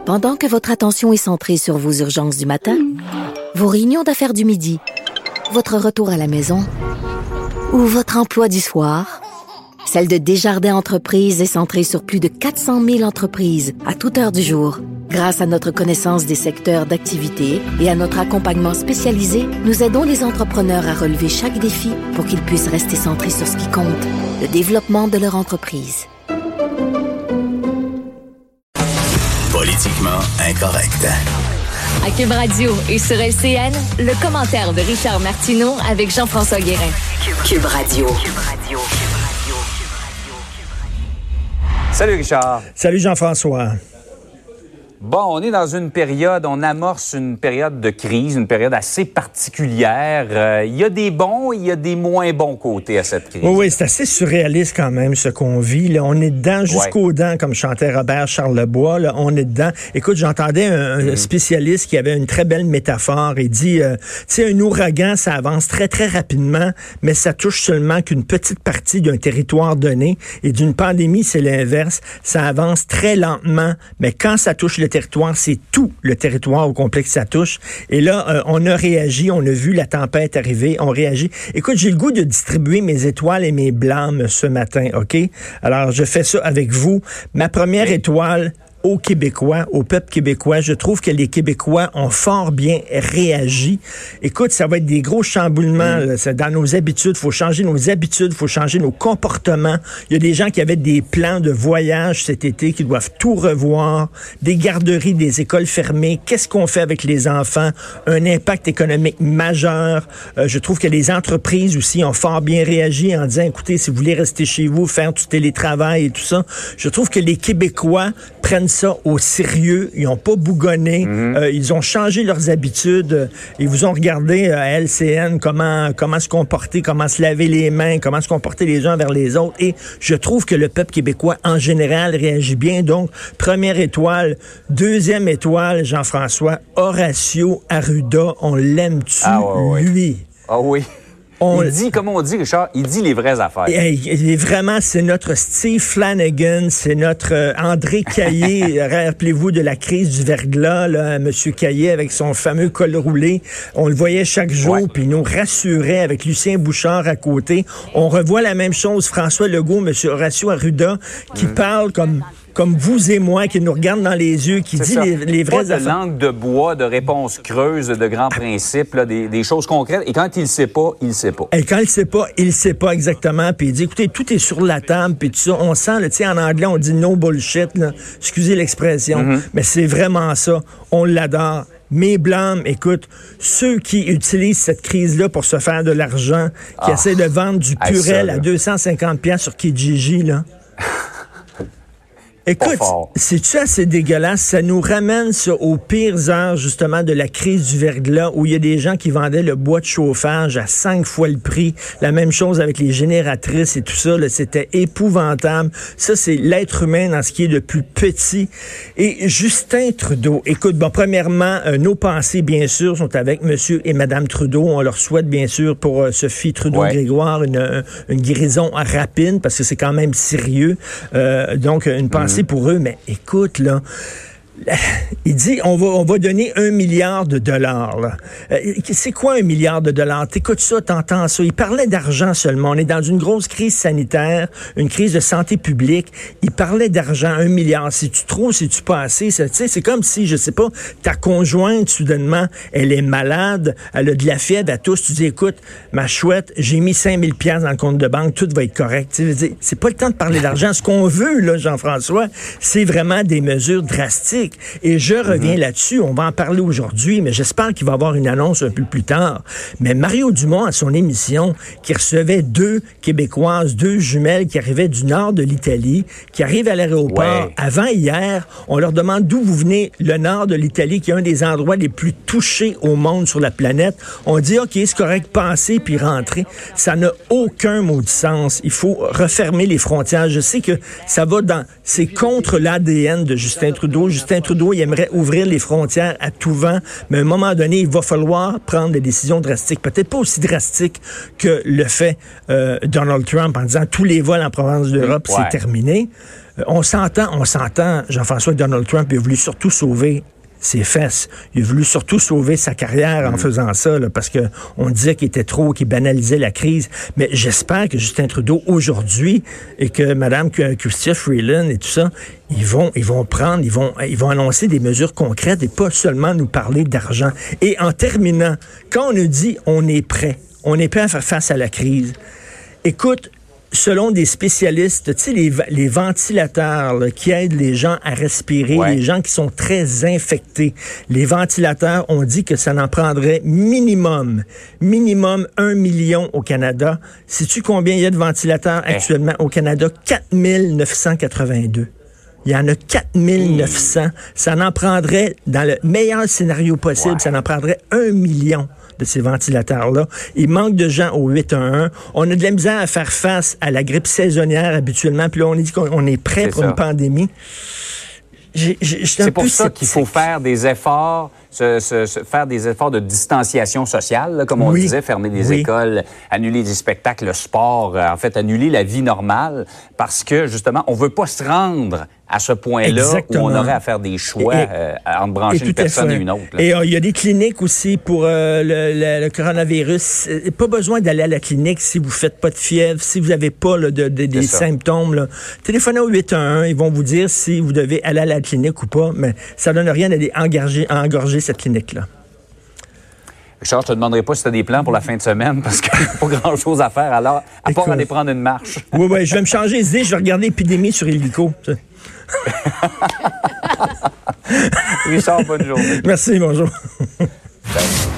Pendant que votre attention est centrée sur vos urgences du matin, vos réunions d'affaires du midi, votre retour à la maison ou votre emploi du soir, celle de Desjardins Entreprises est centrée sur plus de 400 000 entreprises à toute heure du jour. Grâce à notre connaissance des secteurs d'activité et à notre accompagnement spécialisé, nous aidons les entrepreneurs à relever chaque défi pour qu'ils puissent rester centrés sur ce qui compte, le développement de leur entreprise. Politiquement incorrect. À Cube Radio et sur LCN, le commentaire de Richard Martineau avec Jean-François Guérin. Cube Radio. Salut Richard. Salut Jean-François. Bon, on est dans une période, on amorce une période de crise, une période assez particulière. Il y a des bons, il y a des moins bons côtés à cette crise. Oui, c'est assez surréaliste quand même ce qu'on vit. Là, on est dedans jusqu'aux dents, comme chantait Robert Charlebois. Là, on est dedans. Écoute, j'entendais un spécialiste qui avait une très belle métaphore. Il dit, tu sais, un ouragan, ça avance très, très rapidement, mais ça touche seulement qu'une petite partie d'un territoire donné. Et d'une pandémie, c'est l'inverse. Ça avance très lentement, mais quand ça touche le territoire, c'est tout le territoire au complet que ça touche. Et là, on a réagi, on a vu la tempête arriver, on réagit. Écoute, j'ai le goût de distribuer mes étoiles et mes blâmes ce matin, OK? Alors, je fais ça avec vous. Ma première étoile aux Québécois, au peuple québécois. Je trouve que les Québécois ont fort bien réagi. Écoute, ça va être des gros chamboulements là, dans nos habitudes. Il faut changer nos habitudes, il faut changer nos comportements. Il y a des gens qui avaient des plans de voyage cet été qui doivent tout revoir. Des garderies, des écoles fermées. Qu'est-ce qu'on fait avec les enfants? Un impact économique majeur. Je trouve que les entreprises aussi ont fort bien réagi en disant, écoutez, si vous voulez rester chez vous, faire du télétravail et tout ça. Je trouve que les Québécois prennent ça au sérieux. Ils n'ont pas bougonné. Ils ont changé leurs habitudes. Ils vous ont regardé à LCN comment se comporter, comment se laver les mains, comment se comporter les uns vers les autres. Et je trouve que le peuple québécois, en général, réagit bien. Donc, première étoile. Deuxième étoile, Jean-François, Horacio Arruda. On l'aime-tu, lui? Ah oui. Il dit, comme on dit, Richard, il dit les vraies affaires. Vraiment, c'est notre Steve Flanagan, c'est notre André Caillé. Rappelez-vous de la crise du verglas, là, M. Caillé avec son fameux col roulé. On le voyait chaque jour, puis il nous rassurait avec Lucien Bouchard à côté. On revoit la même chose, François Legault, M. Horacio Arruda, qui parle comme vous et moi, qui nous regarde dans les yeux, qui dit les vraies affaires. Pas de langue de bois, de réponses creuses, de grands principes, là, des choses concrètes. Et quand il ne sait pas, il ne sait pas. Et quand il ne sait pas exactement. Puis il dit, écoutez, tout est sur la table, puis tout ça. On sent, tu sais, en anglais, on dit no bullshit, là. Excusez l'expression. Mais c'est vraiment ça. On l'adore. Mes blâmes, écoute, ceux qui utilisent cette crise-là pour se faire de l'argent, qui essaient de vendre du Purel à 250$ sur Kijiji, là. Écoute, c'est-tu assez dégueulasse? Ça nous ramène ça aux pires heures, justement, de la crise du verglas, où il y a des gens qui vendaient le bois de chauffage à 5 fois le prix. La même chose avec les génératrices et tout ça, là, c'était épouvantable. Ça, c'est l'être humain dans ce qui est de plus petit. Et Justin Trudeau, écoute, bon, premièrement, nos pensées, bien sûr, sont avec Monsieur et Madame Trudeau. On leur souhaite, bien sûr, pour Sophie Trudeau-Grégoire, une guérison rapide, parce que c'est quand même sérieux. Donc, une pensée pour eux, mais écoute, là, il dit, on va donner $1 milliard. Là. C'est quoi $1 milliard? T'écoutes ça, t'entends ça. Il parlait d'argent seulement. On est dans une grosse crise sanitaire, une crise de santé publique. Il parlait d'argent, $1 milliard. C'est-tu trop, c'est-tu pas assez? C'est comme si, je sais pas, ta conjointe, soudainement, elle est malade, elle a de la fièvre à tous. Tu dis, écoute, ma chouette, j'ai mis 5 000$ dans le compte de banque, tout va être correct. C'est pas le temps de parler d'argent. Ce qu'on veut, là, Jean-François, c'est vraiment des mesures drastiques. Et je reviens là-dessus, on va en parler aujourd'hui, mais j'espère qu'il va y avoir une annonce un peu plus tard. Mais Mario Dumont, à son émission, qui recevait 2 Québécoises, 2 jumelles qui arrivaient du nord de l'Italie, qui arrivent à l'aéroport avant hier, on leur demande d'où vous venez, le nord de l'Italie, qui est un des endroits les plus touchés au monde sur la planète. On dit, OK, c'est correct, passer puis rentrer. Ça n'a aucun maudit sens. Il faut refermer les frontières. Je sais que ça va c'est contre l'ADN de Justin Trudeau. Justin Trudeau, il aimerait ouvrir les frontières à tout vent, mais à un moment donné, il va falloir prendre des décisions drastiques. Peut-être pas aussi drastiques que le fait Donald Trump en disant tous les vols en province d'Europe, c'est terminé. On s'entend, Jean-François, Donald Trump, il a voulu surtout sauver ses fesses. Il a voulu surtout sauver sa carrière en faisant ça, là, parce que on disait qu'il était trop, qu'il banalisait la crise. Mais j'espère que Justin Trudeau, aujourd'hui, et que Mme Chrystia Freeland et tout ça, ils vont annoncer des mesures concrètes et pas seulement nous parler d'argent. Et en terminant, quand on nous dit on est prêt à faire face à la crise, écoute, selon des spécialistes, tu sais, les ventilateurs là, qui aident les gens à respirer, les gens qui sont très infectés, les ventilateurs, on dit que ça en prendrait minimum 1 million au Canada. Sais-tu combien il y a de ventilateurs actuellement au Canada? 4982. Il y en a 4900. Ça en prendrait, dans le meilleur scénario possible, ça en prendrait 1 million de ces ventilateurs-là. Il manque de gens au 811. On a de la misère à faire face à la grippe saisonnière habituellement, puis là, on dit qu'on est prêt pour une pandémie. C'est pour ça qu'il faut faire des efforts, faire des efforts de distanciation sociale, là, comme on disait, fermer des écoles, annuler des spectacles, le sport, en fait, annuler la vie normale, parce que, justement, on veut pas se rendre à ce point-là où on aurait à faire des choix entre brancher une personne et une autre. Là. Et il y a des cliniques aussi pour le coronavirus. Pas besoin d'aller à la clinique si vous faites pas de fièvre, si vous n'avez pas là, des symptômes. Là. Téléphonez au 811, ils vont vous dire si vous devez aller à la clinique ou pas, mais ça donne rien d'aller engorger cette clinique-là. Richard, je te demanderai pas si tu as des plans pour la fin de semaine parce qu'il n'y a pas grand-chose à faire alors, à part aller prendre une marche. Oui, je vais me changer les idées, je vais regarder Épidémie sur Illico. Richard, bonne journée. Merci, bonjour.